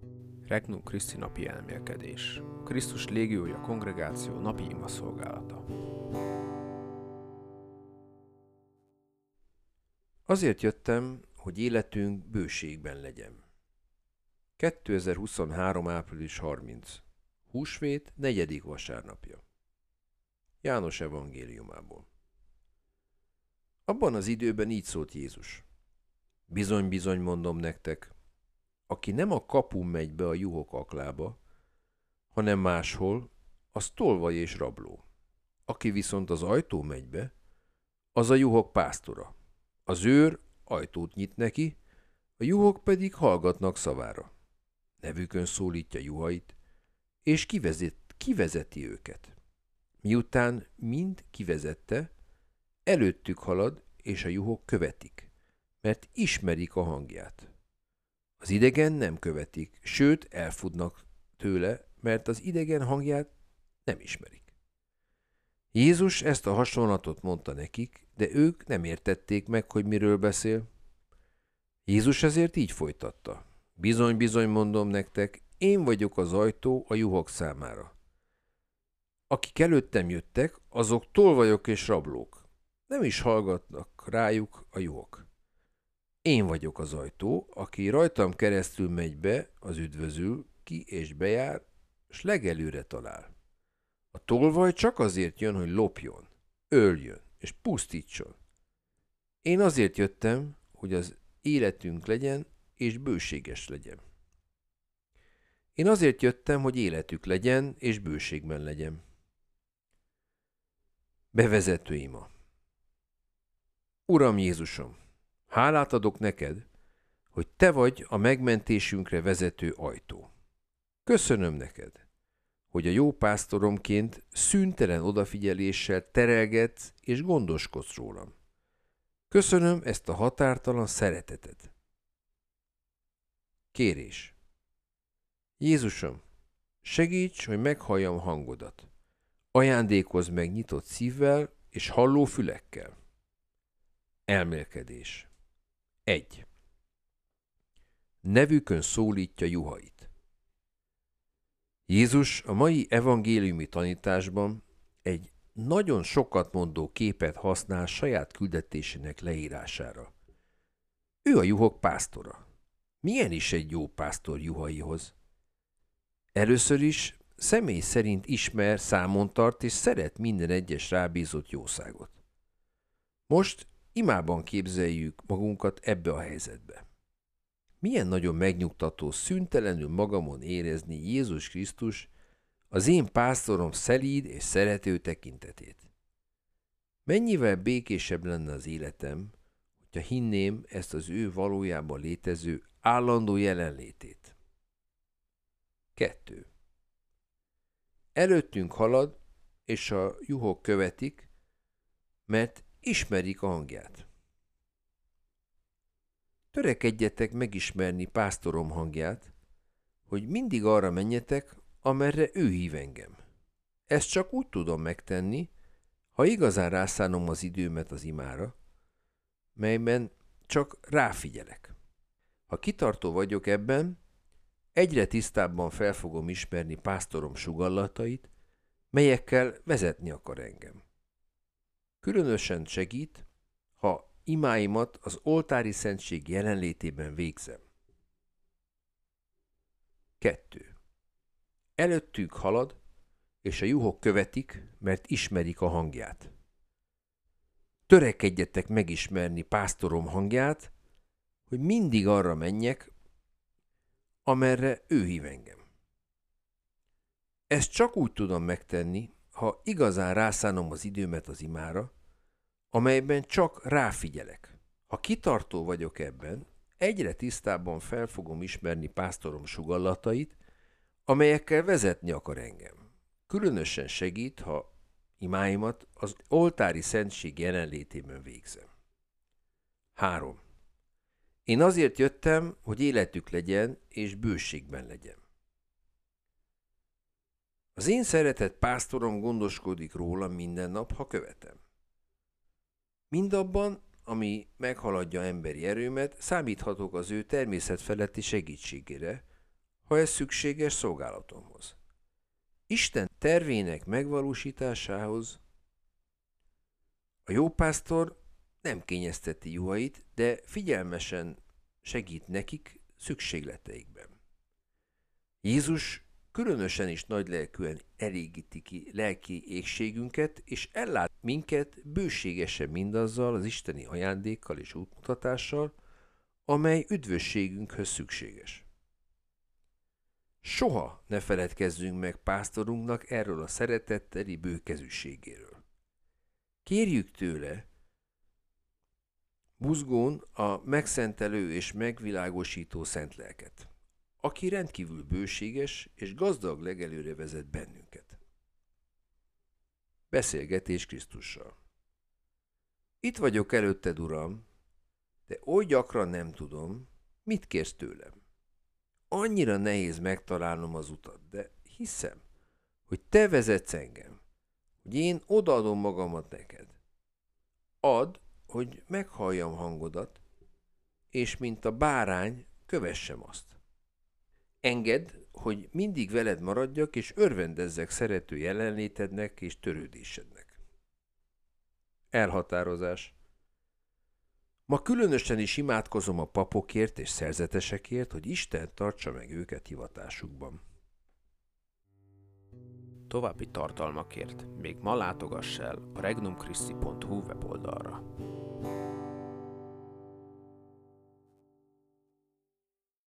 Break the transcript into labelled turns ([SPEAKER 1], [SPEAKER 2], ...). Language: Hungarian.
[SPEAKER 1] Regnum Christi napi elmélkedés. Krisztus légiója kongregáció napi ima szolgálata. Azért jöttem, hogy életünk bőségben legyen. 2023. április 30. Húsvét 4. vasárnapja. János evangéliumából. Abban az időben így szólt Jézus. Bizony, bizony mondom nektek, aki nem a kapun megy be a juhok aklába, hanem máshol, az tolvaj és rabló. Aki viszont az ajtó megy be, az a juhok pásztora. Az őr ajtót nyit neki, a juhok pedig hallgatnak szavára. Nevükön szólítja juhait, és kivezeti őket. Miután mind kivezette, előttük halad, és a juhok követik, mert ismerik a hangját. Az idegen nem követik, sőt elfutnak tőle, mert az idegen hangját nem ismerik. Jézus ezt a hasonlatot mondta nekik, de ők nem értették meg, hogy miről beszél. Jézus ezért így folytatta. Bizony, bizony mondom nektek, én vagyok az ajtó a juhok számára. Akik előttem jöttek, azok tolvajok és rablók. Nem is hallgatnak rájuk a juhok. Én vagyok az ajtó, aki rajtam keresztül megy be, az üdvözül, ki és bejár, s legelőre talál. A tolvaj csak azért jön, hogy lopjon, öljön és pusztítson. Én azért jöttem, hogy az életünk legyen és bőséges legyen. Én azért jöttem, hogy életük legyen és bőségben legyen. Bevezető ima. Uram Jézusom, hálát adok neked, hogy te vagy a megmentésünkre vezető ajtó. Köszönöm neked, hogy a jó pásztoromként szüntelen odafigyeléssel terelgetsz és gondoskodsz rólam. Köszönöm ezt a határtalan szereteted. Kérés. Jézusom, segíts, hogy meghalljam hangodat. Ajándékozz meg nyitott szívvel és halló fülekkel. Elmélkedés. 1. Nevükön szólítja juhait. Jézus a mai evangéliumi tanításban egy nagyon sokat mondó képet használ saját küldetésének leírására. Ő a juhok pásztora. Milyen is egy jó pásztor juhaihoz? Először is személy szerint ismer, számon tart és szeret minden egyes rábízott jószágot. Most imában képzeljük magunkat ebbe a helyzetbe. Milyen nagyon megnyugtató szüntelenül magamon érezni Jézus Krisztus, az én pásztorom szelíd és szerető tekintetét. Mennyivel békésebb lenne az életem, hogyha hinném ezt az ő valójában létező állandó jelenlétét. 2. Előttünk halad, és a juhok követik, mert ismerik a hangját. Törekedjetek megismerni pásztorom hangját, hogy mindig arra menjetek, amerre ő hív engem. Ezt csak úgy tudom megtenni, ha igazán rászánom az időmet az imára, melyben csak ráfigyelek. Ha kitartó vagyok ebben, egyre tisztábban fel fogom ismerni pásztorom sugallatait, melyekkel vezetni akar engem. Különösen segít, ha imáimat az oltári szentség jelenlétében végzem. 2. Előttük halad, és a juhok követik, mert ismerik a hangját. Törekedjetek megismerni pásztorom hangját, hogy mindig arra menjek, amerre ő hív engem. Ezt csak úgy tudom megtenni, ha igazán rászánom az időmet az imára, amelyben csak ráfigyelek. Ha kitartó vagyok ebben, egyre tisztábban fel fogom ismerni pásztorom sugallatait, amelyekkel vezetni akar engem. Különösen segít, ha imáimat az oltári szentség jelenlétében végzem. 3. Én azért jöttem, hogy életük legyen és bőségben legyen. Az én szeretett pásztorom gondoskodik rólam minden nap, ha követem. Mindabban, ami meghaladja emberi erőmet, számíthatok az ő természetfeletti segítségére, ha ez szükséges szolgálatomhoz. Isten tervének megvalósításához a jópásztor nem kényezteti juhait, de figyelmesen segít nekik szükségleteikben. Jézus különösen is nagylelkűen elégíti ki lelki égségünket, és ellát minket bőségesen mindazzal az isteni ajándékkal és útmutatással, amely üdvösségünkhöz szükséges. Soha ne feledkezzünk meg pásztorunknak erről a szeretetteli bőkezűségéről. Kérjük tőle, buzgón a megszentelő és megvilágosító szent lelket, aki rendkívül bőséges és gazdag legelőre vezet bennünket. Beszélgetés Krisztussal. Itt vagyok előtted, Uram, de oly gyakran nem tudom, mit kérsz tőlem. Annyira nehéz megtalálnom az utat, de hiszem, hogy te vezetsz engem, hogy én odaadom magamat neked. Add, hogy meghalljam hangodat, és mint a bárány kövessem azt. Engedd, hogy mindig veled maradjak, és örvendezzek szerető jelenlétednek és törődésednek. Elhatározás. Ma különösen is imádkozom a papokért és szerzetesekért, hogy Isten tartsa meg őket hivatásukban.
[SPEAKER 2] További tartalmakért még ma látogass el a regnumchristi.hu weboldalra.